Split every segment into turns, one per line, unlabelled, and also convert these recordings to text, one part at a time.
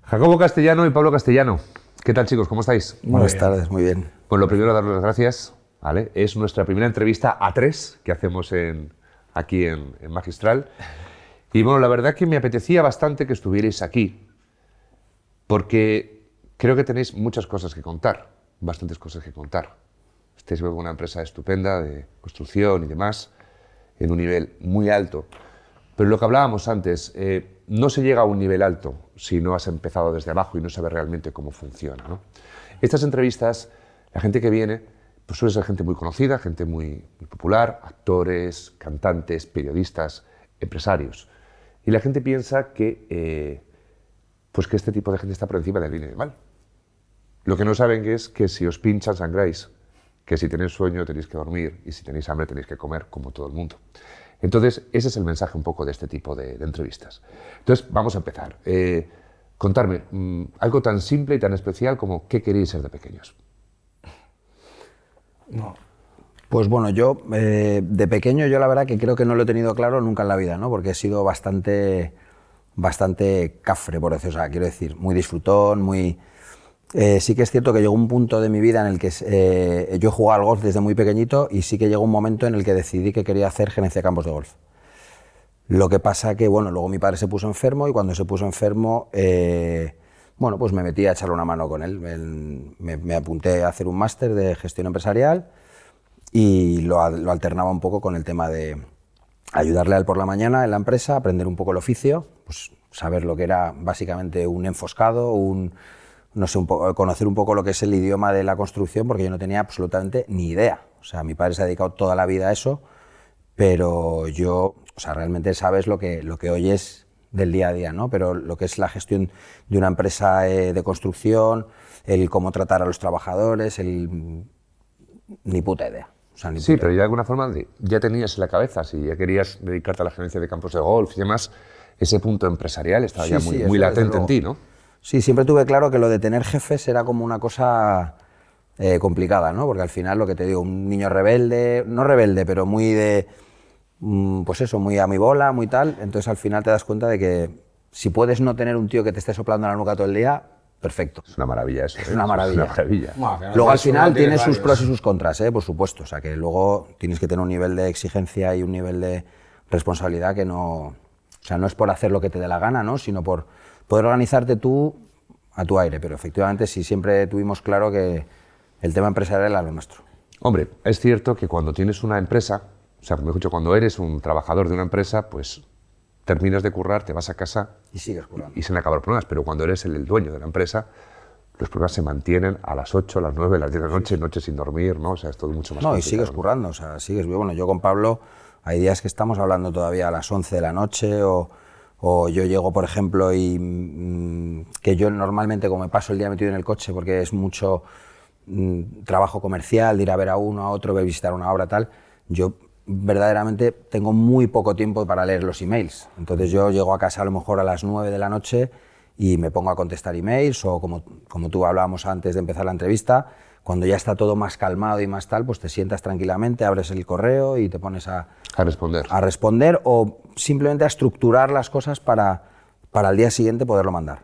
Jacobo Castellano y Pablo Castellano. ¿Qué tal, chicos? ¿Cómo estáis?
Buenas tardes, muy bien.
Pues lo primero, daros las gracias. ¿Vale? Es nuestra primera entrevista a tres que hacemos aquí en Magistral. Y bueno, la verdad que me apetecía bastante que estuvierais aquí, porque creo que tenéis muchas cosas que contar, bastantes cosas que contar. Estáis con una empresa estupenda de construcción y demás, en un nivel muy alto. Pero lo que hablábamos antes, no se llega a un nivel alto si no has empezado desde abajo y no sabes realmente cómo funciona, ¿no? Estas entrevistas, la gente que viene, pues suele ser gente muy conocida, gente muy popular, actores, cantantes, periodistas, empresarios. Y la gente piensa que este tipo de gente está por encima del bien y del mal. Lo que no saben es que si os pinchan, sangráis, que si tenéis sueño tenéis que dormir y si tenéis hambre tenéis que comer, como todo el mundo. Entonces, ese es el mensaje un poco de este tipo de entrevistas. Entonces, vamos a empezar. Contarme algo tan simple y tan especial como ¿qué queréis ser de pequeños?
No. Pues bueno, yo de pequeño yo la verdad que creo que no lo he tenido claro nunca en la vida, ¿no? Porque he sido bastante cafre, por decirlo, o sea, quiero decir, muy disfrutón, muy... sí que es cierto que llegó un punto de mi vida en el que yo jugaba al golf desde muy pequeñito y sí que llegó un momento en el que decidí que quería hacer gerencia de campos de golf. Lo que pasa que, bueno, luego mi padre se puso enfermo y cuando se puso enfermo, bueno, pues me metí a echarle una mano con él. Me apunté a hacer un máster de gestión empresarial y lo alternaba un poco con el tema de ayudarle a él por la mañana en la empresa, aprender un poco el oficio, pues saber lo que era básicamente un enfoscado, no sé, conocer un poco lo que es el idioma de la construcción, porque yo no tenía absolutamente ni idea. O sea, mi padre se ha dedicado toda la vida a eso, pero yo, o sea, realmente sabes lo que oyes del día a día, ¿no? Pero lo que es la gestión de una empresa de construcción, el cómo tratar a los trabajadores, ni puta idea. O sea,
sí, pero ya de alguna forma ya tenías en la cabeza, si ya querías dedicarte a la gerencia de campos de golf y demás, ese punto empresarial estaba ya muy latente en ti, ¿no?
Sí, siempre tuve claro que lo de tener jefes era como una cosa complicada, ¿no? Porque al final, lo que te digo, un niño rebelde, no rebelde, pero muy de, pues eso, muy a mi bola, muy tal, entonces al final te das cuenta de que si puedes no tener un tío que te esté soplando la nuca todo el día, perfecto.
Es una maravilla eso.
Es una maravilla.
Es una maravilla.
Bueno, luego al final tiene sus pros y sus contras, por supuesto, o sea que luego tienes que tener un nivel de exigencia y un nivel de responsabilidad que no, o sea, no es por hacer lo que te dé la gana, ¿no? Sino por poder organizarte tú a tu aire, pero efectivamente sí siempre tuvimos claro que el tema empresarial era lo nuestro.
Hombre, es cierto que cuando tienes una empresa, o sea, mejor dicho, cuando eres un trabajador de una empresa, pues terminas de currar, te vas a casa
y sigues currando.
Y se han acabado los problemas, pero cuando eres el dueño de la empresa, los problemas se mantienen a las 8, a las 9, a las 10 de la noche, noches sin dormir, ¿no? O sea, es todo mucho más complicado.
No, y sigues currando, o sea, sigues. Bueno, yo con Pablo hay días que estamos hablando todavía a las 11 de la noche o yo llego, por ejemplo, y que yo normalmente, como me paso el día metido en el coche, porque es mucho trabajo comercial, de ir a ver a uno, a otro, visitar una obra, tal, yo verdaderamente tengo muy poco tiempo para leer los emails. Entonces yo llego a casa a lo mejor a las 9 de la noche y me pongo a contestar emails o como tú hablábamos antes de empezar la entrevista, cuando ya está todo más calmado y más tal, pues te sientas tranquilamente, abres el correo y te pones a responder o simplemente a estructurar las cosas para el día siguiente poderlo mandar.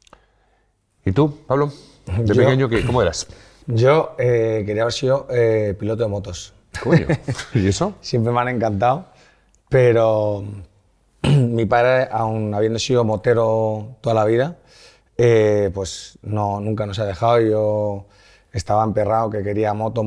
¿Y tú, Pablo? De pequeño, ¿cómo eras?
Yo quería haber sido piloto de motos.
Coño, ¿y eso?
Siempre me han encantado, pero mi padre, aun habiendo sido motero toda la vida, pues nunca nos ha dejado. Yo estaba emperrado que quería moto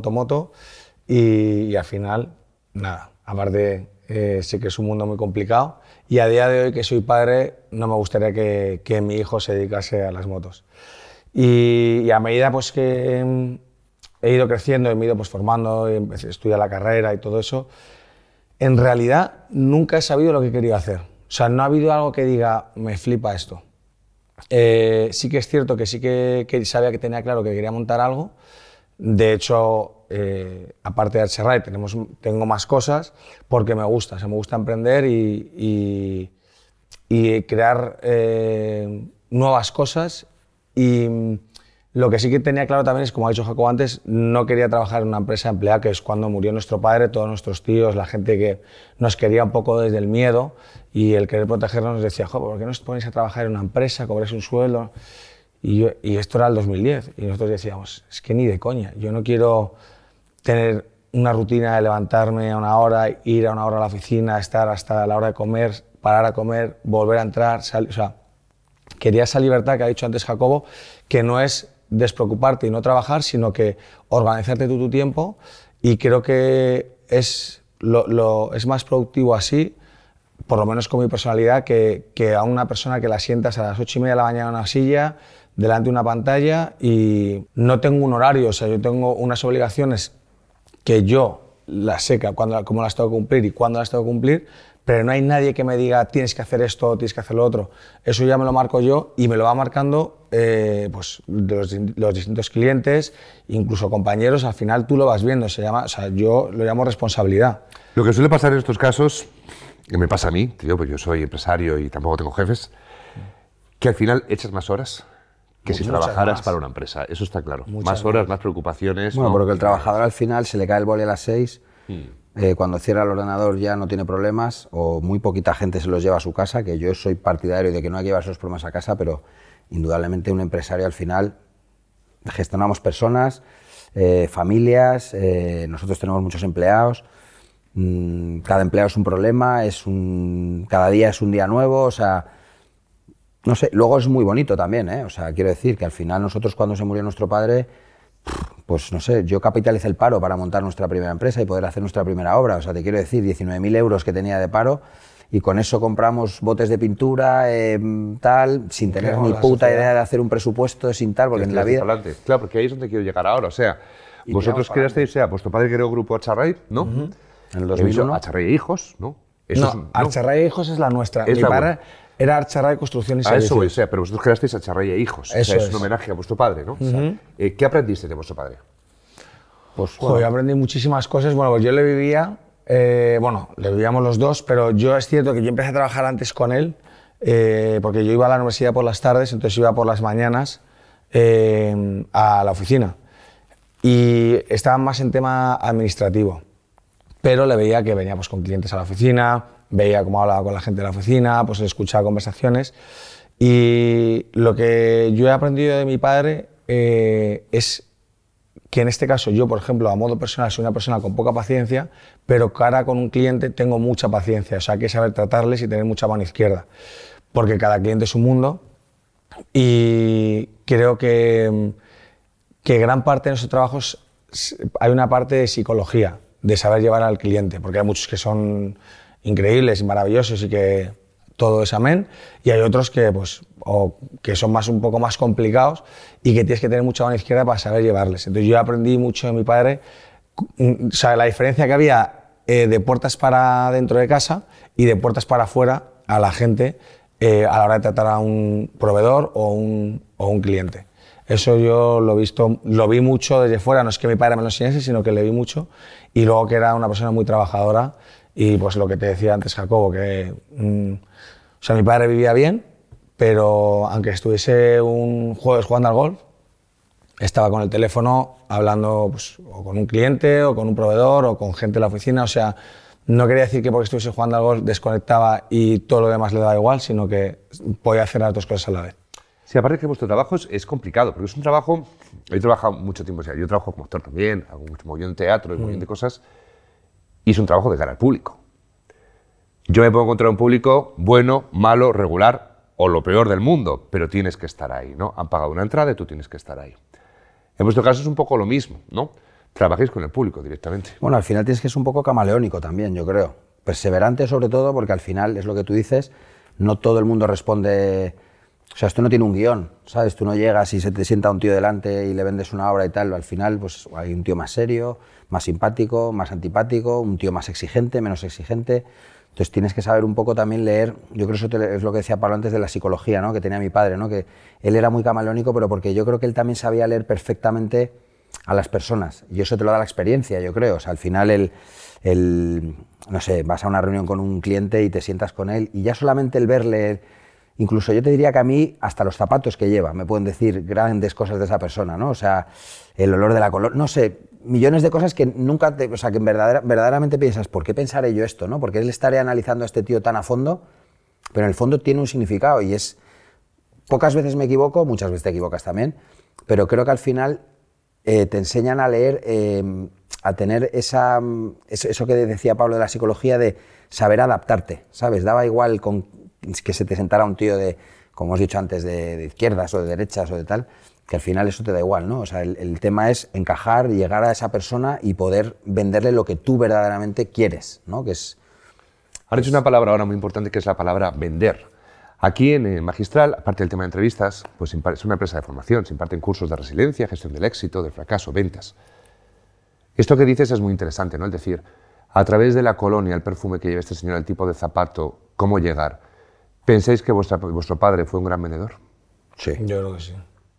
y al final, nada. Aparte, sé que es un mundo muy complicado y a día de hoy que soy padre no me gustaría que mi hijo se dedicase a las motos. Y a medida pues, que he ido creciendo, me he ido pues, formando, y empecé a estudiar la carrera y todo eso, en realidad nunca he sabido lo que quería hacer. O sea, no ha habido algo que diga, me flipa esto. Sí que es cierto que sí que sabía que tenía claro que quería montar algo. De hecho, aparte de Archerray, tengo más cosas porque me gusta. O sea, me gusta emprender y crear nuevas cosas y Lo que sí que tenía claro también es, como ha dicho Jacobo antes, no quería trabajar en una empresa empleada, que es cuando murió nuestro padre, todos nuestros tíos, la gente que nos quería un poco desde el miedo y el querer protegernos nos decía, jo, ¿por qué no os ponéis a trabajar en una empresa, cobráis un sueldo? Y esto era el 2010 y nosotros decíamos, es que ni de coña, yo no quiero tener una rutina de levantarme a una hora, ir a una hora a la oficina, estar hasta la hora de comer, parar a comer, volver a entrar, o sea, quería esa libertad que ha dicho antes Jacobo, que no es despreocuparte y no trabajar, sino que organizarte tú tu tiempo, y creo que es más productivo así, por lo menos con mi personalidad, que a una persona que la sientas a las 8:30 de la mañana en una silla, delante de una pantalla, y no tengo un horario, o sea, yo tengo unas obligaciones que yo las sé cómo las tengo que cumplir y cuándo las tengo que cumplir, pero no hay nadie que me diga tienes que hacer esto, tienes que hacer lo otro. Eso ya me lo marco yo y me lo va marcando pues, los distintos clientes, incluso compañeros. Al final tú lo vas viendo, o sea, yo lo llamo responsabilidad.
Lo que suele pasar en estos casos, que me pasa a mí, tío, pues yo soy empresario y tampoco tengo jefes, que al final echas más horas que si trabajaras para una empresa. Eso está claro. Más horas, más preocupaciones.
Bueno,
¿no?
porque el trabajador al final se le cae el boli a las 6, cuando cierra el ordenador ya no tiene problemas, o muy poquita gente se los lleva a su casa, que yo soy partidario de que no hay que llevar esos problemas a casa, pero indudablemente un empresario al final gestionamos personas, familias, nosotros tenemos muchos empleados, cada empleado es un problema, cada día es un día nuevo, o sea, no sé, luego es muy bonito también, o sea, quiero decir que al final nosotros cuando se murió nuestro padre, pues no sé, yo capitalicé el paro para montar nuestra primera empresa y poder hacer nuestra primera obra, o sea, te quiero decir, 19.000 euros que tenía de paro, y con eso compramos botes de pintura, tal, sin tener ni puta idea de hacer un presupuesto, sin tal, porque en la vida...
Adelante. Claro, porque ahí es donde quiero llegar ahora, o sea, vosotros creasteis, o sea, vuestro padre creó Grupo Acharray, ¿no?
En el 2001.
Acharray e Hijos, ¿no?
Eso Acharray e Hijos es la nuestra. Mi padre era Acharray Construcción y Servicios.
Eso es, o sea, pero vosotros creasteis Acharray e Hijos.
Eso
o sea, es un homenaje a vuestro padre, ¿no? O sea, ¿qué aprendiste de vuestro padre?
Pues bueno, yo aprendí muchísimas cosas. Bueno, pues yo le vivía, le vivíamos los dos, pero yo es cierto que yo empecé a trabajar antes con él, porque yo iba a la universidad por las tardes, entonces iba por las mañanas a la oficina. Y estaba más en tema administrativo, pero le veía que venía pues, con clientes a la oficina, veía cómo hablaba con la gente de la oficina, pues escuchaba conversaciones. Y lo que yo he aprendido de mi padre es que en este caso yo, por ejemplo, a modo personal soy una persona con poca paciencia, pero cara con un cliente tengo mucha paciencia, o sea, hay que saber tratarles y tener mucha mano izquierda, porque cada cliente es un mundo, y creo que gran parte de nuestros trabajos hay una parte de psicología, de saber llevar al cliente, porque hay muchos que son increíbles y maravillosos y que todo es amén, y hay otros que, pues, que son un poco más complicados y que tienes que tener mucha mano izquierda para saber llevarles. Entonces yo aprendí mucho de mi padre, o sea, la diferencia que había de puertas para dentro de casa y de puertas para afuera a la gente a la hora de tratar a un proveedor o un cliente. Eso yo lo vi mucho desde fuera, no es que mi padre me lo enseñase, sino que le vi mucho, y luego que era una persona muy trabajadora, y pues lo que te decía antes Jacobo, que o sea, mi padre vivía bien, pero aunque estuviese un jueves jugando al golf, estaba con el teléfono hablando pues, o con un cliente o con un proveedor o con gente de la oficina, o sea, no quería decir que porque estuviese jugando al golf desconectaba y todo lo demás le daba igual, sino que podía hacer las dos cosas a la vez.
Sí, aparte que vuestro trabajo es complicado, porque es un trabajo... He trabajado mucho tiempo, o sea, yo trabajo como actor también, hago mucho mogollón de teatro y mogollón de cosas, y es un trabajo de cara al público. Yo me puedo encontrar un público bueno, malo, regular o lo peor del mundo, pero tienes que estar ahí, ¿no? Han pagado una entrada y tú tienes que estar ahí. En vuestro caso es un poco lo mismo, ¿no? Trabajáis con el público directamente.
Bueno, al final tienes que ser un poco camaleónico también, yo creo. Perseverante sobre todo, porque al final es lo que tú dices, no todo el mundo responde... O sea, esto no tiene un guión, ¿sabes? Tú no llegas y se te sienta un tío delante y le vendes una obra y tal. Al final, pues hay un tío más serio, más simpático, más antipático, un tío más exigente, menos exigente. Entonces tienes que saber un poco también leer, yo creo que eso es lo que decía Pablo antes de la psicología, ¿no? Que tenía mi padre, ¿no? Que él era muy camaleónico, pero porque yo creo que él también sabía leer perfectamente a las personas, y eso te lo da la experiencia, yo creo. O sea, al final no sé, vas a una reunión con un cliente y te sientas con él, y ya solamente el verle incluso yo te diría que a mí, hasta los zapatos que lleva, me pueden decir grandes cosas de esa persona, ¿no? O sea, el olor de la color, no sé, millones de cosas que nunca o sea, que verdaderamente piensas, ¿por qué pensaré yo esto, no? ¿Por qué él estaré analizando a este tío tan a fondo? Pero en el fondo tiene un significado y es... Pocas veces me equivoco, muchas veces te equivocas también, pero creo que al final te enseñan a leer, a tener eso que decía Pablo de la psicología, de saber adaptarte, ¿sabes? Daba igual que se te sentara un tío de, como os he dicho antes, de izquierdas o de derechas o de tal, que al final eso te da igual, ¿no? O sea, el tema es encajar, llegar a esa persona y poder venderle lo que tú verdaderamente quieres, ¿no? Que es...
Has dicho una palabra ahora muy importante, que es la palabra vender. Aquí en Magistral, aparte del tema de entrevistas, pues es una empresa de formación, se imparten cursos de resiliencia, gestión del éxito, del fracaso, ventas. Esto que dices es muy interesante, ¿no? Es decir, a través de la colonia, el perfume que lleva este señor, el tipo de zapato, cómo llegar. ¿Pensáis que vuestro padre fue un gran vendedor?
Sí.
Yo creo que sí.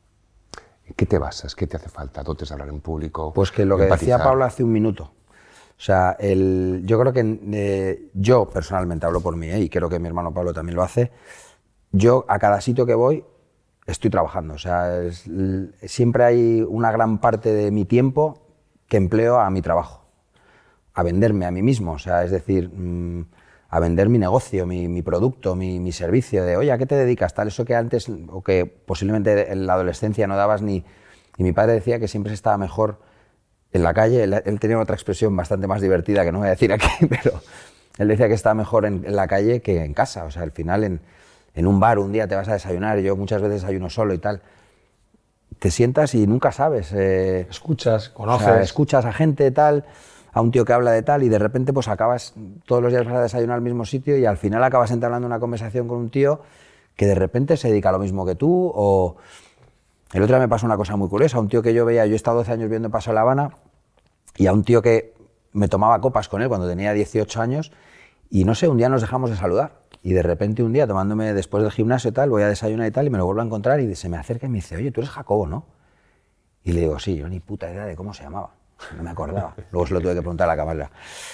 ¿En qué te basas? ¿Qué te hace falta? ¿Dotes de hablar en público?
Pues que lo que
empatizar.
decía Pablo hace un minuto. O sea, yo creo que yo personalmente hablo por mí, y creo que mi hermano Pablo también lo hace. Yo a cada sitio que voy estoy trabajando. O sea, siempre hay una gran parte de mi tiempo que empleo a mi trabajo, a venderme a mí mismo. O sea, es decir, a vender mi negocio, mi producto, mi servicio, de oye, ¿a qué te dedicas? Tal, eso que antes, o que posiblemente en la adolescencia no dabas ni... Y mi padre decía que siempre se estaba mejor en la calle. Él tenía otra expresión bastante más divertida que no voy a decir aquí, pero él decía que estaba mejor en la calle que en casa. O sea, al final en un bar un día te vas a desayunar, yo muchas veces desayuno solo y tal, te sientas y nunca sabes.
Escuchas, conoces.
O sea, escuchas a gente tal, a un tío que habla de tal y de repente pues acabas, todos los días vas a desayunar al mismo sitio y al final acabas entablando una conversación con un tío que de repente se dedica a lo mismo que tú. O el otro día me pasó una cosa muy curiosa, un tío que yo veía, yo he estado 12 años viendo Paso de La Habana y a un tío que me tomaba copas con él cuando tenía 18 años y no sé, un día nos dejamos de saludar. Y de repente un día, tomándome después del gimnasio y tal, voy a desayunar y tal, y me lo vuelvo a encontrar y se me acerca y me dice, oye, tú eres Jacobo, ¿no? Y le digo, sí, yo ni puta idea de cómo se llamaba, no me acordaba. Luego se lo tuve que preguntar a la cámara.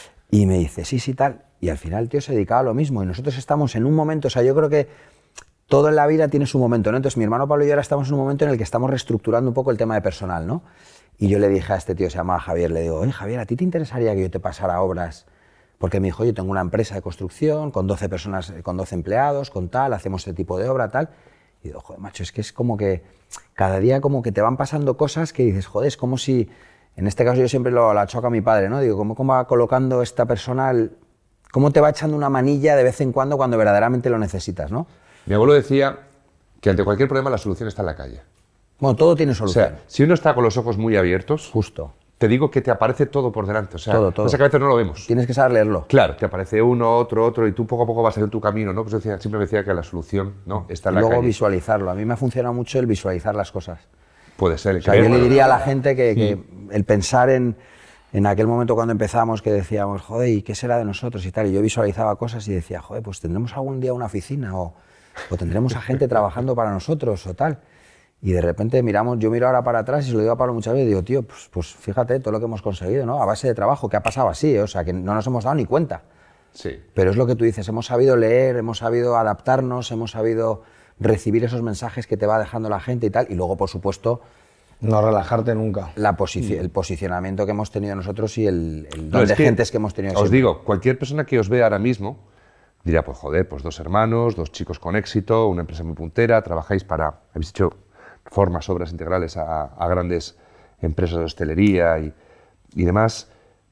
Y me dice, sí, sí, tal. Y al final el tío se dedicaba a lo mismo y nosotros estamos en un momento, o sea, yo creo que todo en la vida tiene su momento, ¿no? Entonces mi hermano Pablo y yo ahora estamos en un momento en el que estamos reestructurando un poco el tema de personal, ¿no? Y yo le dije a este tío, se llamaba Javier, le digo, oye, Javier, ¿a ti te interesaría que yo te pasara obras? Porque me dijo, yo tengo una empresa de construcción con 12 personas, con 12 empleados, con tal, hacemos este tipo de obra, tal. Y digo, joder, macho, es que es como que cada día como que te van pasando cosas que dices, joder, es como si, en este caso yo siempre lo achaco a mi padre, ¿no? Digo, ¿cómo va colocando esta persona, cómo te va echando una manilla de vez en cuando verdaderamente lo necesitas, ¿no?
Mi abuelo decía que ante cualquier problema la solución está en la calle.
Bueno, todo tiene solución.
O sea, si uno está con los ojos muy abiertos...
Justo.
Te digo que te aparece todo por delante, o sea,
todo.
esa cabeza no lo vemos.
Tienes que saber leerlo.
Claro, te aparece uno, otro, y tú poco a poco vas haciendo tu camino, ¿no? Pues siempre me decía que la solución, ¿no?, está en la
luego
calle.
Visualizarlo. A mí me ha funcionado mucho el visualizar las cosas.
Puede ser.
O sea, yo le diría a la gente que el pensar en aquel momento cuando empezamos, que decíamos, joder, ¿y qué será de nosotros y tal? Y yo visualizaba cosas y decía, joder, pues tendremos algún día una oficina o tendremos a gente trabajando para nosotros o tal. Y de repente yo miro ahora para atrás y se lo digo a Pablo muchas veces, digo, tío, pues fíjate todo lo que hemos conseguido, ¿no? A base de trabajo, que ha pasado así, o sea, que no nos hemos dado ni cuenta.
Sí.
Pero es lo que tú dices, hemos sabido leer, hemos sabido adaptarnos, hemos sabido recibir esos mensajes que te va dejando la gente y tal, y luego, por supuesto...
No relajarte nunca.
El posicionamiento que hemos tenido nosotros y el don de gentes que hemos tenido siempre.
Os digo, cualquier persona que os vea ahora mismo dirá, pues joder, pues 2 hermanos, 2 chicos con éxito, una empresa muy puntera, trabajáis habéis hecho formas, obras integrales a grandes empresas de hostelería y demás,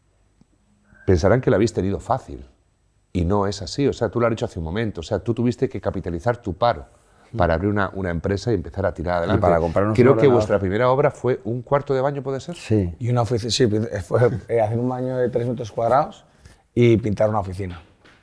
pensarán que lo habéis tenido fácil. Y no es así. O sea, tú lo has dicho hace un momento. O sea, tú tuviste que capitalizar tu paro para abrir una empresa y empezar a tirar adelante.
Y para comprar unos
Creo que
ordenadores.
vuestra primera obra fue un cuarto de baño, ¿puede ser?
Sí.
Y una oficina, sí, fue hacer un baño de 3 metros cuadrados y pintar una oficina.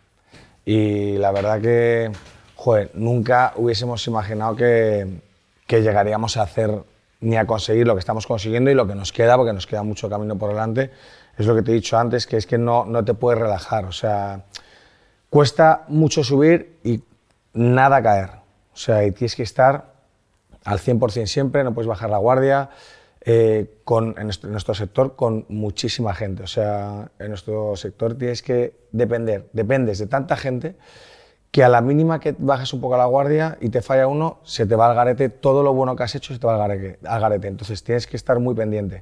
Y la verdad que, joder, nunca hubiésemos imaginado que llegaríamos a hacer ni a conseguir lo que estamos consiguiendo y lo que nos queda, porque nos queda mucho camino por delante. Es lo que te he dicho antes, que es que no te puedes relajar. O sea, cuesta mucho subir y nada caer. O sea, y tienes que estar al 100% siempre, no puedes bajar la guardia. En nuestro sector, con muchísima gente. O sea, en nuestro sector dependes de tanta gente que a la mínima que bajes un poco la guardia y te falla uno, se te va al garete, todo lo bueno que has hecho se te va al garete. Entonces tienes que estar muy pendiente.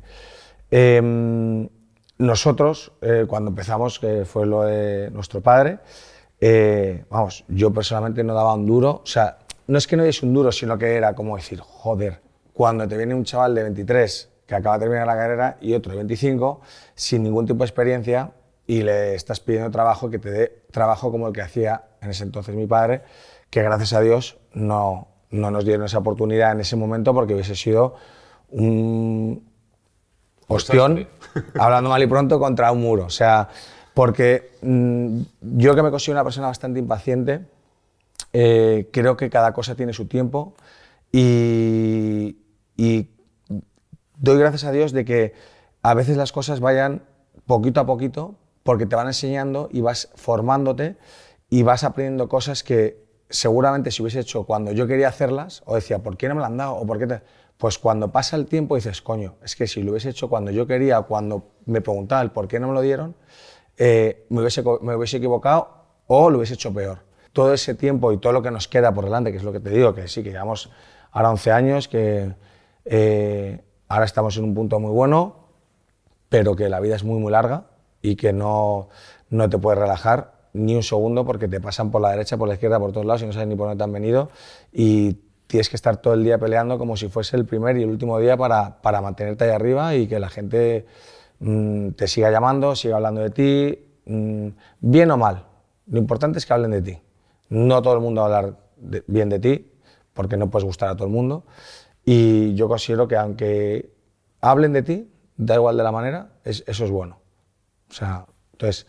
Nosotros, cuando empezamos, que fue lo de nuestro padre, vamos, yo personalmente no daba un duro, o sea, no es que no diese un duro, sino que era como decir, joder, cuando te viene un chaval de 23 que acaba de terminar la carrera y otro de 25 sin ningún tipo de experiencia y le estás pidiendo trabajo, que te dé trabajo como el que hacía en ese entonces mi padre, que gracias a Dios no nos dieron esa oportunidad en ese momento porque hubiese sido un ostión, hablando mal y pronto, contra un muro. O sea, porque yo que me considero una persona bastante impaciente, creo que cada cosa tiene su tiempo y doy gracias a Dios de que a veces las cosas vayan poquito a poquito porque te van enseñando y vas formándote y vas aprendiendo cosas que seguramente si hubiese hecho cuando yo quería hacerlas o decía, ¿por qué no me la han dado? O ¿por qué Pues cuando pasa el tiempo dices, coño, es que si lo hubiese hecho cuando yo quería, cuando me preguntaba el por qué no me lo dieron, me hubiese equivocado o lo hubiese hecho peor. Todo ese tiempo y todo lo que nos queda por delante, que es lo que te digo, que sí, que llevamos ahora 11 años, que ahora estamos en un punto muy bueno, pero que la vida es muy, muy larga y que no te puedes relajar ni un segundo porque te pasan por la derecha, por la izquierda, por todos lados y no sabes ni por dónde te han venido y tienes que estar todo el día peleando como si fuese el primer y el último día para mantenerte ahí arriba y que la gente te siga llamando, siga hablando de ti, bien o mal. Lo importante es que hablen de ti. No todo el mundo va a hablar bien de ti porque no puedes gustar a todo el mundo y yo considero que aunque hablen de ti, da igual de la manera, eso es bueno. O sea, entonces...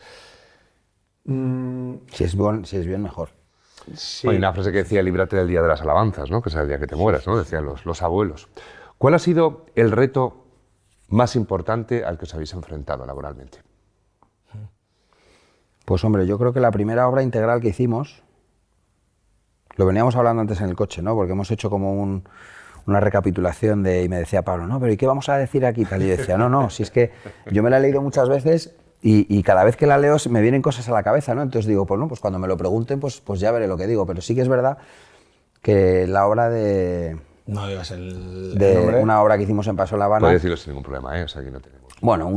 Si es bien, mejor.
Sí. Hay una frase que decía, líbrate del día de las alabanzas, ¿no? Que es el día que te mueras, ¿no? Decían los abuelos. ¿Cuál ha sido el reto más importante al que os habéis enfrentado laboralmente?
Pues hombre, yo creo que la primera obra integral que hicimos, lo veníamos hablando antes en el coche, ¿no? Porque hemos hecho como una recapitulación y me decía Pablo, no, pero ¿y qué vamos a decir aquí? Tal, y yo decía, no, si es que yo me la he leído muchas veces y cada vez que la leo me vienen cosas a la cabeza, ¿no? Entonces digo, pues no, pues cuando me lo pregunten, pues ya veré lo que digo. Pero sí que es verdad que la obra de...
No digas el nombre.
Una obra que hicimos en Paso La Habana...
Puedes decirlo sin ningún problema, ¿eh? O sea, aquí no tenemos...
Bueno,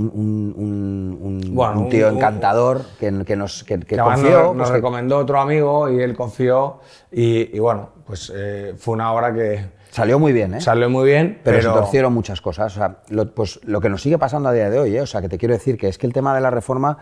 un tío encantador que confió...
Nos recomendó otro amigo y él confió y bueno, pues fue una obra que...
Salió muy bien, ¿eh?
Salió muy bien,
pero se torcieron muchas cosas. O sea, lo que nos sigue pasando a día de hoy, ¿eh? O sea, que te quiero decir que es que el tema de la reforma,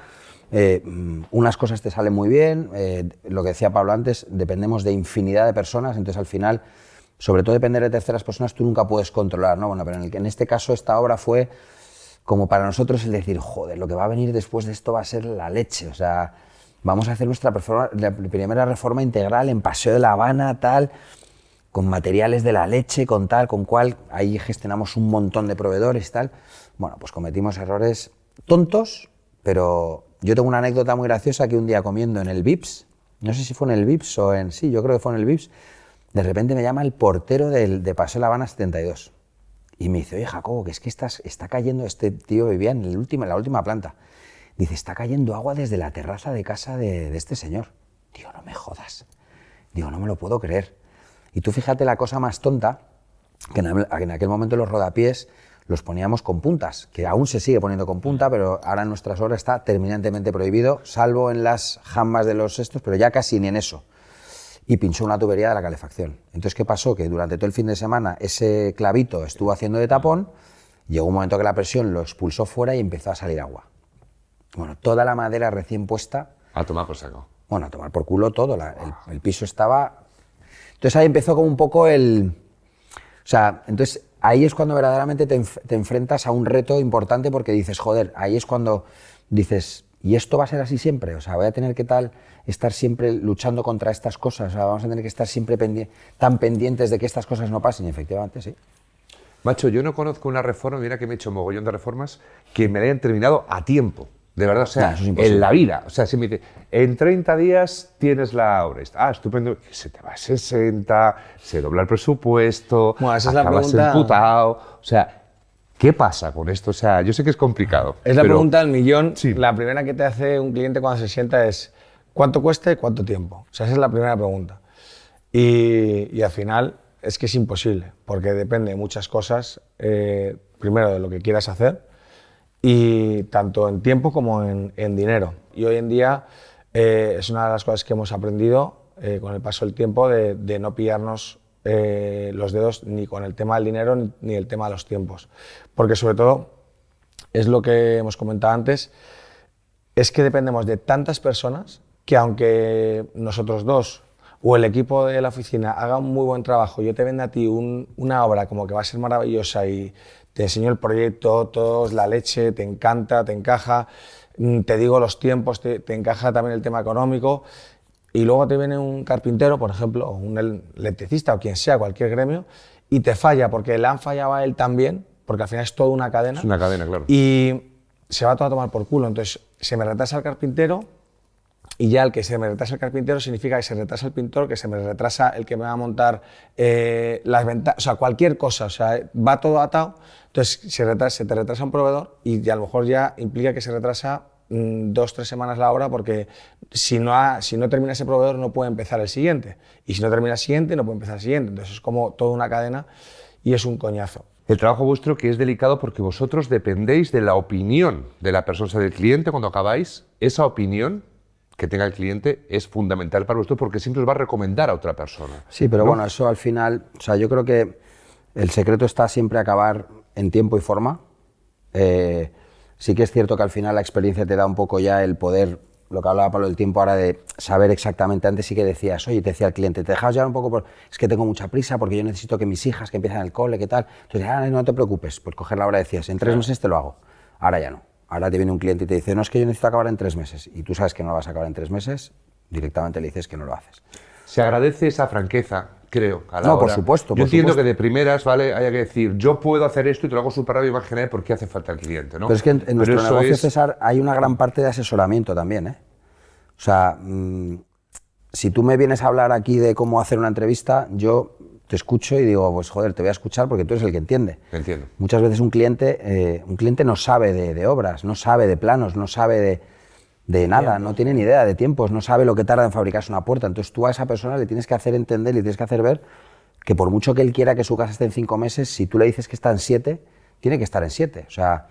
unas cosas te salen muy bien, lo que decía Pablo antes, dependemos de infinidad de personas, entonces al final, sobre todo depender de terceras personas, tú nunca puedes controlar, ¿no? Bueno, pero en este caso esta obra fue como para nosotros el decir, joder, lo que va a venir después de esto va a ser la leche, o sea, vamos a hacer la primera reforma integral en Paseo de La Habana, tal... con materiales de la leche, con tal, con cual, ahí gestionamos un montón de proveedores y tal. Bueno, pues cometimos errores tontos, pero yo tengo una anécdota muy graciosa que un día comiendo en el Vips, no sé si fue en el Vips o sí, yo creo que fue en el Vips, de repente me llama el portero de Paseo La Habana 72 y me dice, oye Jacobo, que es que está cayendo, este tío vivía en la última planta, dice, está cayendo agua desde la terraza de casa de este señor. Digo, no me jodas, digo, no me lo puedo creer. Y tú fíjate la cosa más tonta, que en aquel momento los rodapiés los poníamos con puntas, que aún se sigue poniendo con punta, pero ahora en nuestras obras está terminantemente prohibido, salvo en las jambas de los estos, pero ya casi ni en eso. Y pinchó una tubería de la calefacción. Entonces, ¿qué pasó? Que durante todo el fin de semana ese clavito estuvo haciendo de tapón, llegó un momento que la presión lo expulsó fuera y empezó a salir agua. Bueno, toda la madera recién puesta...
A tomar por saco.
Bueno, a tomar por culo todo, el piso estaba... Entonces ahí empezó como un poco O sea, entonces ahí es cuando verdaderamente te enfrentas a un reto importante porque dices, joder, ahí es cuando dices, ¿y esto va a ser así siempre? O sea, voy a tener que estar siempre luchando contra estas cosas, o sea, vamos a tener que estar siempre tan pendientes de que estas cosas no pasen, y efectivamente sí.
Macho, yo no conozco una reforma, mira que me he hecho mogollón de reformas, que me la hayan terminado a tiempo. De verdad, o sea, en la vida. O sea, si me dice, en 30 días tienes la obra. Estupendo. Se te va a 60, se dobla el presupuesto,
bueno, esa es
acabas
la pregunta...
emputado. O sea, ¿qué pasa con esto? O sea, yo sé que es complicado.
Es la pregunta del millón.
Sí.
La primera que te hace un cliente cuando se sienta es, ¿Cuánto cuesta y cuánto tiempo? O sea, esa es la primera pregunta. Y al final es que es imposible, porque depende de muchas cosas, primero de lo que quieras hacer, y tanto en tiempo como en dinero. Y hoy en día es una de las cosas que hemos aprendido con el paso del tiempo de no pillarnos los dedos ni con el tema del dinero ni el tema de los tiempos. Porque sobre todo, es lo que hemos comentado antes, es que dependemos de tantas personas que aunque nosotros dos o el equipo de la oficina haga un muy buen trabajo, yo te venda a ti una obra como que va a ser maravillosa y te enseño el proyecto, todos, la leche, te encanta, te encaja, te digo los tiempos, te encaja también el tema económico, y luego te viene un carpintero, por ejemplo, o un electricista o quien sea, cualquier gremio, y te falla porque le han fallado a él también, porque al final es toda una cadena.
Es una cadena, claro.
Y se va todo a tomar por culo. Entonces, se me retrasa el carpintero, y ya el que se me retrasa el carpintero significa que se retrasa el pintor, que se me retrasa el que me va a montar las ventanas, o sea, cualquier cosa, o sea, va todo atado. Entonces, se te retrasa un proveedor y a lo mejor ya implica que se retrasa 2 o 3 semanas la obra, porque si no termina ese proveedor no puede empezar el siguiente, y si no termina el siguiente no puede empezar el siguiente. Entonces es como toda una cadena y es un coñazo.
El trabajo vuestro que es delicado porque vosotros dependéis de la opinión de la persona, o sea, del cliente cuando acabáis. Esa opinión que tenga el cliente es fundamental para vosotros porque siempre os va a recomendar a otra persona.
Sí, pero
¿no?
bueno, eso al final, o sea, yo creo que el secreto está siempre acabar en tiempo y forma. Sí que es cierto que al final la experiencia te da un poco ya el poder, lo que hablaba Pablo del tiempo ahora, de saber exactamente. Antes sí que decías, oye, te decía el cliente, te dejabas llevar un poco es que tengo mucha prisa porque yo necesito que mis hijas que empiezan el cole, ¿qué tal? Entonces, no te preocupes, pues coger la hora decías, en 3 meses te lo hago. Ahora ya no. Ahora te viene un cliente y te dice, no, es que yo necesito acabar en 3 meses. Y tú sabes que no lo vas a acabar en 3 meses, directamente le dices que no lo haces.
Se agradece esa franqueza, creo, a la
No,
hora.
por supuesto.
Yo entiendo que de primeras, ¿vale? Haya que decir, yo puedo hacer esto y te lo hago súper rápido y más general porque hace falta el cliente, ¿no?
Pero es que en nuestro negocio, César, hay una gran parte de asesoramiento también, ¿eh? O sea, si tú me vienes a hablar aquí de cómo hacer una entrevista, yo te escucho y digo, pues joder, te voy a escuchar porque tú eres el que entiende.
Entiendo.
Muchas veces un cliente no sabe de obras, no sabe de planos, no sabe de nada, no tiene ni idea de tiempos, no sabe lo que tarda en fabricarse una puerta. Entonces tú a esa persona le tienes que hacer entender, le tienes que hacer ver que por mucho que él quiera que su casa esté en 5 meses, si tú le dices que está en 7, tiene que estar en 7. O sea,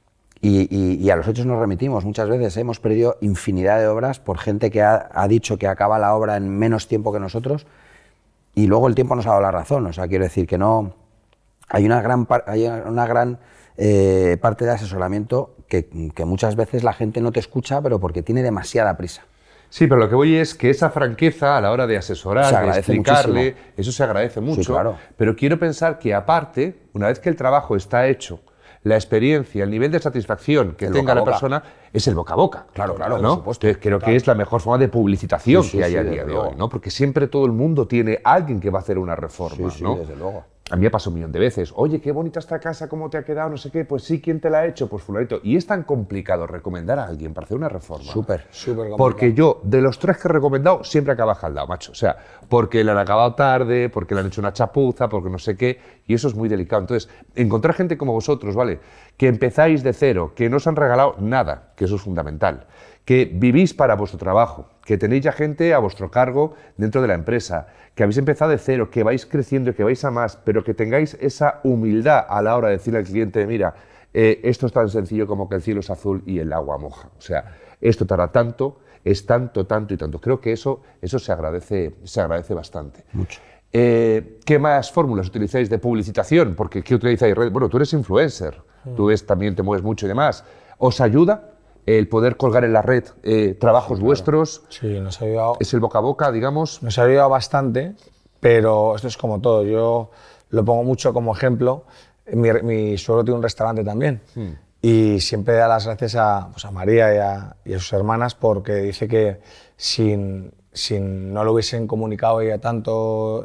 y a los hechos nos remitimos. Muchas veces hemos perdido infinidad de obras por gente que ha dicho que acaba la obra en menos tiempo que nosotros y luego el tiempo nos ha dado la razón. O sea, quiero decir que no... Hay una gran parte de asesoramiento que muchas veces la gente no te escucha, pero porque tiene demasiada prisa.
Sí, pero lo que voy es que esa franqueza a la hora de asesorar, de explicarle, muchísimo. Eso se agradece mucho. Sí, claro. Pero quiero pensar que aparte, una vez que el trabajo está hecho, la experiencia, el nivel de satisfacción que tenga la persona es el boca a boca.
Claro,
¿no?
por supuesto.
Entonces, creo que es la mejor forma de publicitación que hay a día de hoy, ¿no? Porque siempre todo el mundo tiene alguien que va a hacer una reforma, ¿no?
Desde luego.
A mí me pasó 1.000.000 de veces. Oye, qué bonita esta casa, cómo te ha quedado, no sé qué. Pues sí, ¿quién te la ha hecho? Pues fulanito. Y es tan complicado recomendar a alguien para hacer una reforma.
Súper complicado.
Porque yo, de los 3 que he recomendado, siempre acaba jaldado, macho. O sea, porque le han acabado tarde, porque le han hecho una chapuza, porque no sé qué. Y eso es muy delicado. Entonces, encontrar gente como vosotros, ¿vale? Que empezáis de cero, que no os han regalado nada, que eso es fundamental. Que vivís para vuestro trabajo, que tenéis ya gente a vuestro cargo dentro de la empresa, que habéis empezado de cero, que vais creciendo y que vais a más, pero que tengáis esa humildad a la hora de decirle al cliente, mira, esto es tan sencillo como que el cielo es azul y el agua moja. O sea, esto tarda tanto, es tanto, tanto y tanto. Creo que eso se agradece bastante.
Mucho.
¿Qué más fórmulas utilizáis de publicitación? Porque ¿qué utilizáis? Bueno, tú eres influencer, tú también te mueves mucho y demás. ¿Os ayuda el poder colgar en la red trabajos vuestros?
Sí, nos ha ayudado.
¿Es el boca a boca, digamos?
Nos ha ayudado bastante, pero esto es como todo. Yo lo pongo mucho como ejemplo. Mi suegro tiene un restaurante también y siempre da las gracias a María y a sus hermanas porque dice que sin no lo hubiesen comunicado ellas tanto,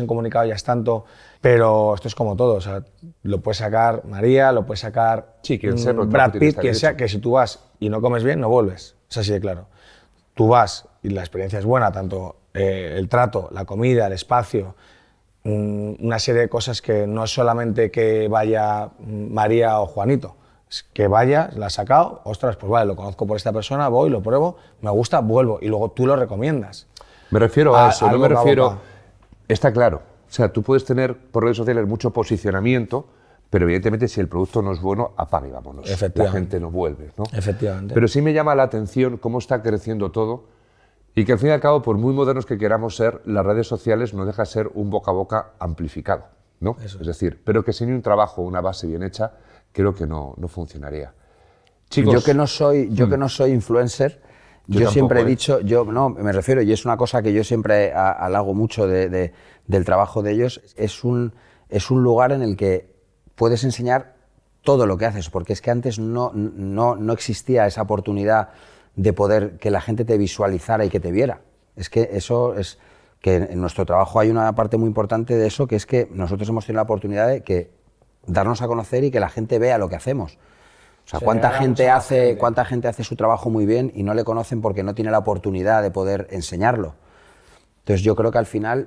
pero esto es como todo, o sea, lo puede sacar María, lo puede sacar Brad Pitt, quien sea, que si tú vas y no comes bien, no vuelves, es así de claro. Tú vas y la experiencia es buena, tanto el trato, la comida, el espacio, una serie de cosas que no es solamente que vaya María o Juanito, Es que vayas, la has sacado, ostras, pues vale, lo conozco por esta persona, voy, lo pruebo, me gusta, vuelvo, y luego tú lo recomiendas.
Me refiero a eso, no me refiero...
boca.
Está claro, o sea, tú puedes tener por redes sociales mucho posicionamiento, pero evidentemente si el producto no es bueno, apaga y vámonos. La
Efectivamente.
gente no vuelve, ¿no?
Efectivamente.
Pero sí me llama la atención cómo está creciendo todo y que al fin y al cabo, por muy modernos que queramos ser, las redes sociales no deja de ser un boca a boca amplificado, ¿no?
Eso
es decir, pero que sin un trabajo, una base bien hecha, creo que no funcionaría. Chicos,
Yo que no soy influencer,
Yo
yo siempre he
tampoco,
dicho, no, me refiero, y es una cosa que yo siempre halago mucho del trabajo de ellos, es un lugar en el que puedes enseñar todo lo que haces, porque es que antes no existía esa oportunidad de poder que la gente te visualizara y que te viera. Es que eso es que en nuestro trabajo hay una parte muy importante de eso, que es que nosotros hemos tenido la oportunidad de darnos a conocer y que la gente vea lo que hacemos. O sea, ¿cuánta gente hace su trabajo muy bien y no le conocen porque no tiene la oportunidad de poder enseñarlo? Entonces yo creo que al final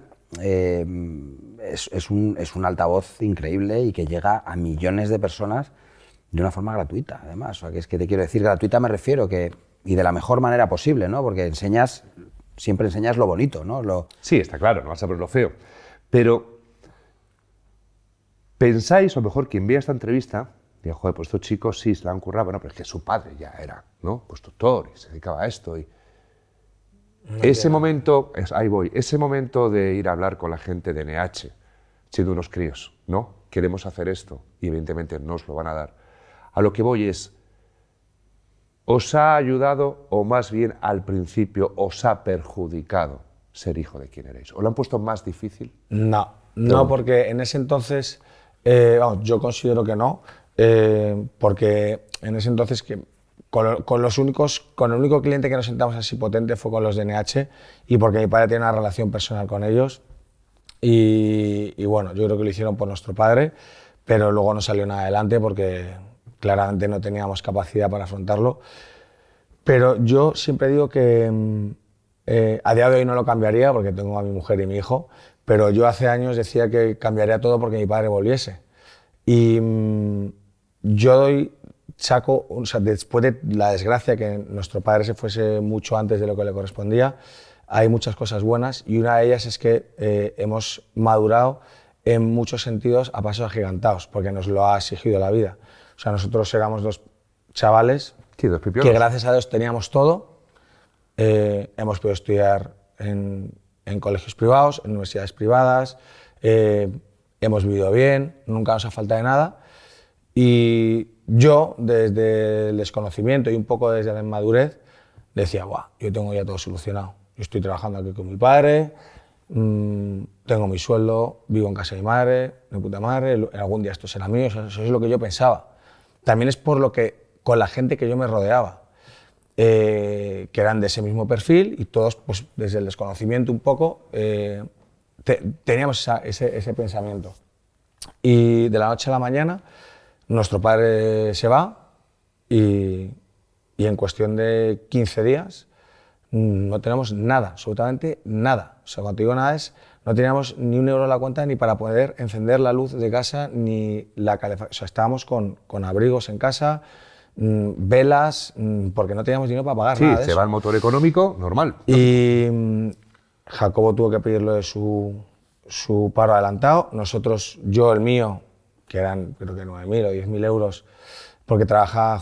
es un altavoz increíble y que llega a millones de personas de una forma gratuita, además. O sea, que es que te quiero decir, gratuita me refiero, y de la mejor manera posible, ¿no? Porque siempre enseñas lo bonito, ¿no?
Sí, está claro, no vas a ver lo feo. Pero, ¿pensáis, o mejor, quien vea esta entrevista, diga, joder, pues estos chicos sí se la han currado, bueno, pero es que su padre ya era, ¿no? Constructor y se dedicaba a esto y... Ese momento de ir a hablar con la gente de NH, siendo unos críos, ¿no? Queremos hacer esto y evidentemente nos lo van a dar. A lo que voy es, ¿os ha ayudado o más bien al principio os ha perjudicado ser hijo de quien erais? ¿Os lo han puesto más difícil?
No, porque en ese entonces, yo considero que no, porque en ese entonces con el único cliente que nos sentamos así potente fue con los de NH y porque mi padre tiene una relación personal con ellos y bueno, yo creo que lo hicieron por nuestro padre, pero luego no salió nada adelante porque claramente no teníamos capacidad para afrontarlo. Pero yo siempre digo que a día de hoy no lo cambiaría porque tengo a mi mujer y mi hijo, pero yo hace años decía que cambiaría todo porque mi padre volviese. Y después de la desgracia que nuestro padre se fuese mucho antes de lo que le correspondía, hay muchas cosas buenas y una de ellas es que hemos madurado en muchos sentidos a pasos agigantados, porque nos lo ha exigido la vida. O sea, nosotros éramos dos chavales
Sí, dos pipiolos.
que gracias a Dios teníamos todo, hemos podido estudiar en colegios privados, en universidades privadas, hemos vivido bien, nunca nos ha faltado de nada. Y yo, desde el desconocimiento y un poco desde la inmadurez, decía, "Buah, yo tengo ya todo solucionado. Yo estoy trabajando aquí con mi padre, tengo mi sueldo, vivo en casa de mi madre, de puta madre, algún día esto será mío", eso es lo que yo pensaba. También es por lo que, con la gente que yo me rodeaba, que eran de ese mismo perfil y todos, pues, desde el desconocimiento un poco, teníamos ese pensamiento. Y de la noche a la mañana, nuestro padre se va y en cuestión de 15 días no tenemos nada, absolutamente nada. O sea, cuando te digo nada es, no teníamos ni un euro en la cuenta ni para poder encender la luz de casa ni la calefacción. O sea, estábamos con abrigos en casa, velas, porque no teníamos dinero para pagar nada de
se
eso.
va el motor económico, normal.
Y Jacobo tuvo que pedirlo de su paro adelantado. Nosotros, yo el mío, que eran creo que 9.000 o 10.000 euros, porque trabajaba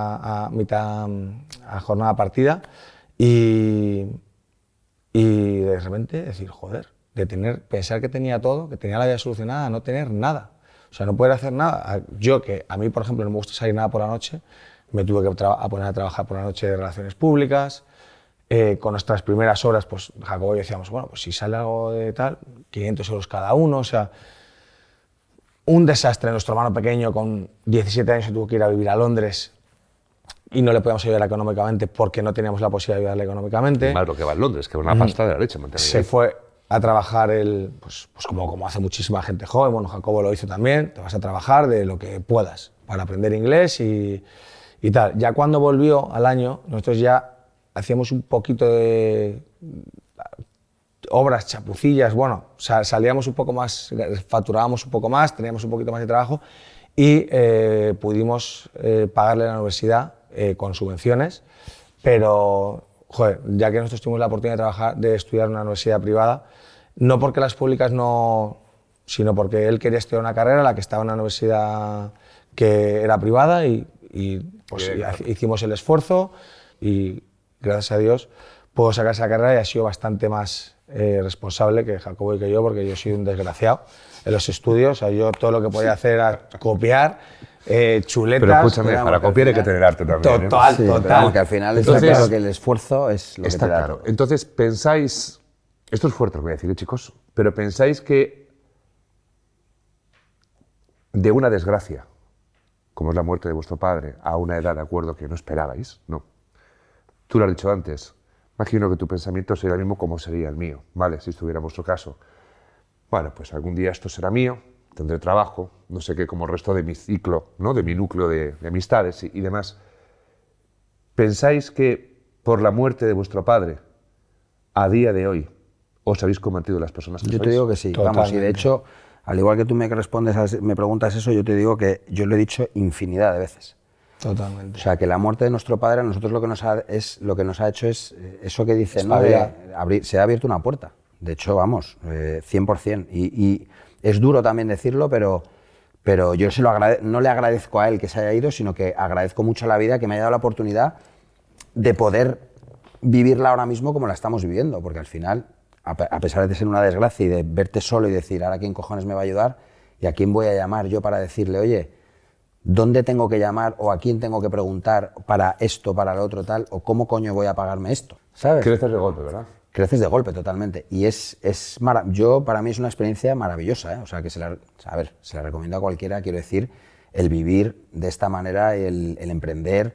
a jornada partida. Y de repente decir, joder, pensar que tenía todo, que tenía la vida solucionada, no tener nada. O sea, no poder hacer nada. Yo, que a mí, por ejemplo, no me gusta salir nada por la noche, me tuve que poner a trabajar por la noche de relaciones públicas. Con nuestras primeras horas, pues Jacobo y yo decíamos, bueno, pues si sale algo de tal, 500 euros cada uno, o sea, un desastre. Nuestro hermano pequeño con 17 años se tuvo que ir a vivir a Londres y no le podíamos ayudar económicamente porque no teníamos la posibilidad de ayudarle económicamente.
Más lo que va en Londres, que es una pasta de la leche.
Se fue a trabajar pues como hace muchísima gente joven, bueno, Jacobo lo hizo también, te vas a trabajar de lo que puedas para aprender inglés y tal. Ya cuando volvió al año, nosotros ya hacíamos un poquito de obras, chapucillas, bueno, salíamos un poco más, facturábamos un poco más, teníamos un poquito más de trabajo y pudimos pagarle la universidad con subvenciones, pero joder, ya que nosotros tuvimos la oportunidad de estudiar en una universidad privada, no porque las públicas no, sino porque él quería estudiar una carrera, la que estaba en una universidad que era privada y pues hicimos el esfuerzo y gracias a Dios puedo sacar esa carrera y ha sido bastante más responsable que Jacobo y que yo, porque yo soy un desgraciado en los estudios. O sea, yo todo lo que podía hacer era copiar, chuletas.
Pero escúchame, para copiar hay que tener arte también.
Total,
Sí,
total.
porque al final
Entonces,
está claro que el esfuerzo es lo que
Está
te da
claro.
todo.
Entonces, pensáis, esto es fuerte lo que voy a decir, chicos, pero pensáis que de una desgracia, como es la muerte de vuestro padre, a una edad de acuerdo que no esperabais, no. Tú lo has dicho antes, imagino que tu pensamiento sería el mismo como sería el mío, ¿vale? Si estuviera en vuestro caso. Bueno, pues algún día esto será mío, tendré trabajo, no sé qué, como el resto de mi ciclo, ¿no? De mi núcleo de amistades y demás. ¿Pensáis que por la muerte de vuestro padre, a día de hoy, os habéis convertido en las personas que
Yo
sois?
te digo que sí, vamos, y de hecho, al igual que tú me respondes, me preguntas eso, yo te digo que yo lo he dicho infinidad de veces.
Totalmente.
O sea, que la muerte de nuestro padre a nosotros lo que nos ha hecho es eso que dicen, ¿no? Se ha abierto una puerta. De hecho, vamos, 100%. Y es duro también decirlo, pero yo no le agradezco a él que se haya ido, sino que agradezco mucho a la vida que me haya dado la oportunidad de poder vivirla ahora mismo como la estamos viviendo, porque al final, a pesar de ser una desgracia y de verte solo y decir, ahora quién cojones me va a ayudar y a quién voy a llamar yo para decirle, oye, ¿dónde tengo que llamar o a quién tengo que preguntar para esto, para lo otro, tal? ¿O cómo coño voy a pagarme esto? ¿Sabes?
Creces de golpe, ¿verdad?
Creces de golpe, totalmente. Y para mí es una experiencia maravillosa, ¿eh? O sea, que se la recomiendo a cualquiera, quiero decir, el vivir de esta manera, el emprender,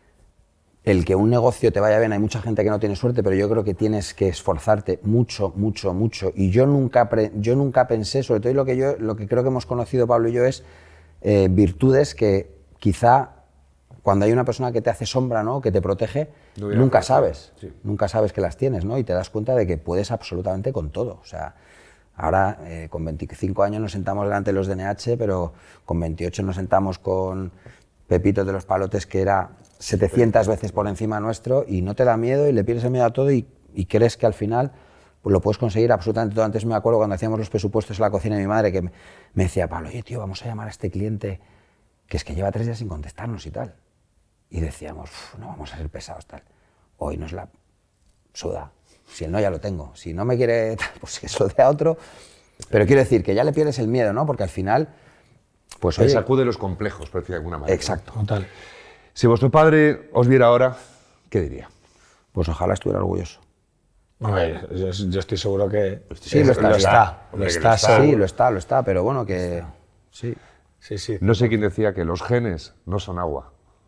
el que un negocio te vaya bien. Hay mucha gente que no tiene suerte, pero yo creo que tienes que esforzarte mucho, mucho, mucho. Y yo nunca pensé, sobre todo lo que creo que hemos conocido Pablo y yo es virtudes que quizá cuando hay una persona que te hace sombra, ¿no? Que te protege, nunca sabes que las tienes, ¿no? Y te das cuenta de que puedes absolutamente con todo. O sea, ahora con 25 años nos sentamos delante de los DNH, pero con 28 nos sentamos con Pepito de los Palotes, que era 700 veces por encima nuestro, y no te da miedo y le pierdes el miedo a todo y crees que al final pues lo puedes conseguir absolutamente todo. Antes me acuerdo cuando hacíamos los presupuestos en la cocina de mi madre que me decía, Pablo, oye tío, vamos a llamar a este cliente que es que lleva 3 días sin contestarnos y tal. Y decíamos, no vamos a ser pesados, tal. Hoy nos la suda. Si el no ya lo tengo. Si no me quiere, pues que se lo dé a otro. Pero quiero decir que ya le pierdes el miedo, ¿no? Porque al final, pues
Te
oye,
sacude los complejos, por decir de alguna manera.
exacto.
Total.
Si vuestro padre os viera ahora, ¿qué diría?
Pues ojalá estuviera orgulloso.
Hombre, yo estoy seguro que
Sí, lo está.
Lo está.
Sí, lo está, pero bueno, que sí.
Sí.
No sé quién decía que los genes no son agua.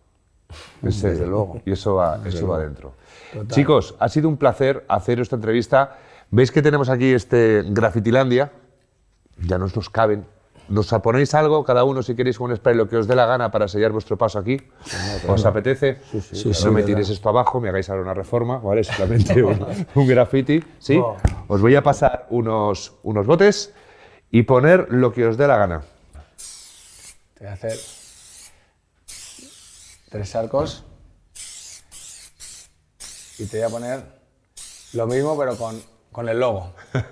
Desde luego.
Y eso va adentro. Chicos, ha sido un placer hacer esta entrevista. ¿Veis que tenemos aquí Grafitilandia? Ya no nos caben. ¿Nos ponéis algo, cada uno, si queréis, con un spray, lo que os dé la gana para sellar vuestro paso aquí? ¿Os apetece?
Sí,
no me tiréis esto abajo, me hagáis ahora una reforma, ¿vale? Simplemente un graffiti, ¿sí?
No.
Os voy a pasar unos botes y poner lo que os dé la gana.
Te voy a hacer 3 arcos y te voy a poner lo mismo, pero con el logo.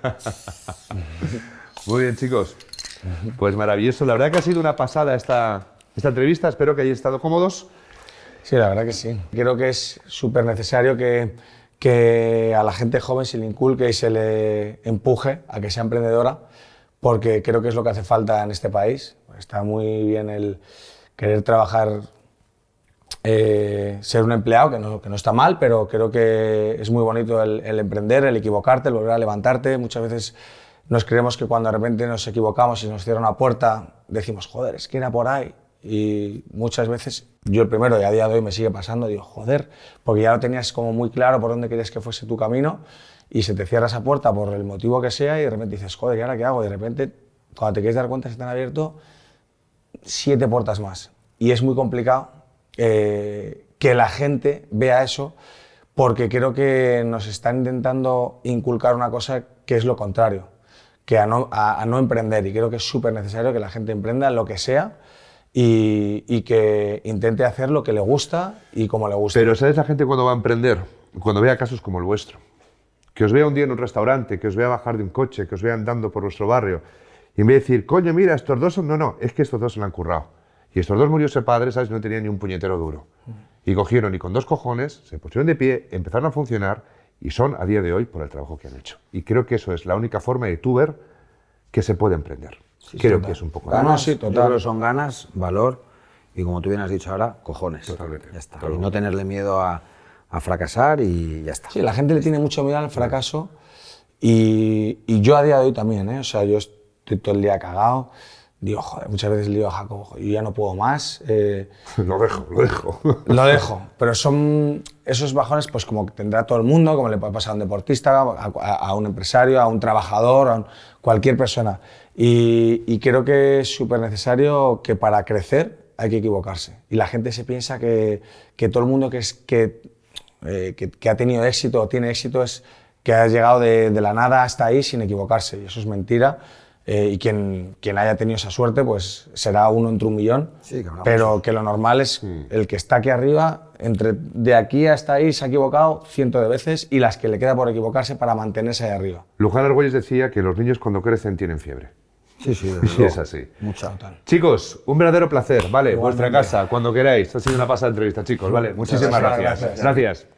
Muy bien, chicos. Pues maravilloso. La verdad que ha sido una pasada esta entrevista. Espero que hayáis estado cómodos.
Sí, la verdad que sí. Creo que es súper necesario que a la gente joven se le inculque y se le empuje a que sea emprendedora, porque creo que es lo que hace falta en este país. Está muy bien el querer trabajar, ser un empleado, que no está mal, pero creo que es muy bonito el emprender, el equivocarte, el volver a levantarte. Muchas veces nos creemos que cuando de repente nos equivocamos y nos cierra una puerta, decimos, joder, es que era por ahí. Y muchas veces, yo el primero, y a día de hoy me sigue pasando, digo, joder, porque ya lo tenías como muy claro por dónde querías que fuese tu camino y se te cierra esa puerta por el motivo que sea y de repente dices, joder, ¿y ahora qué hago? Y de repente, cuando te quieres dar cuenta, se te han abierto 7 puertas más. Y es muy complicado que la gente vea eso, porque creo que nos están intentando inculcar una cosa que es lo contrario, que a no emprender. Y creo que es súper necesario que la gente emprenda en lo que sea y que intente hacer lo que le gusta y como le gusta.
Pero ¿sabes la gente cuando va a emprender? Cuando vea casos como el vuestro. Que os vea un día en un restaurante, que os vea bajar de un coche, que os vea andando por nuestro barrio. Y en vez de decir, coño, mira, estos dos son... No, es que estos dos se lo han currado. Y estos dos murió ese padre, ¿sabes? No tenía ni un puñetero duro. Y cogieron y con 2 cojones se pusieron de pie, empezaron a funcionar y son a día de hoy por el trabajo que han hecho. Y creo que eso es la única forma de tú ver que se puede emprender. Creo que es un poco...
Ganas,
sí, total.
yo creo que son ganas, valor y, como tú bien has dicho ahora, cojones.
Totalmente.
Ya está. Y no tenerle miedo a fracasar y ya está.
Sí, la gente le tiene mucho miedo al fracaso y yo a día de hoy también, ¿eh? O sea, yo estoy todo el día cagado. Digo, joder, muchas veces le digo a Jacobo, yo ya no puedo más.
Lo dejo.
Lo dejo, pero son esos bajones, pues como tendrá todo el mundo, como le puede pasar a un deportista, a un empresario, a un trabajador, a cualquier persona. Y creo que es súper necesario que para crecer hay que equivocarse. Y la gente se piensa que todo el mundo que ha tenido éxito o tiene éxito es que ha llegado de la nada hasta ahí sin equivocarse. Y eso es mentira. Y quien haya tenido esa suerte, pues será uno entre 1.000.000,
sí,
pero que lo normal es el que está aquí arriba, de aquí hasta ahí se ha equivocado 100 de veces y las que le queda por equivocarse para mantenerse ahí arriba.
Luján Argüelles decía que los niños cuando crecen tienen fiebre.
Sí,
Y es así.
Mucha.
Total.
Chicos, un verdadero placer, ¿vale? Vuestra casa, cuando queráis. Ha sido una pasada entrevista, chicos, ¿vale? Muchísimas gracias.
Gracias.
Gracias.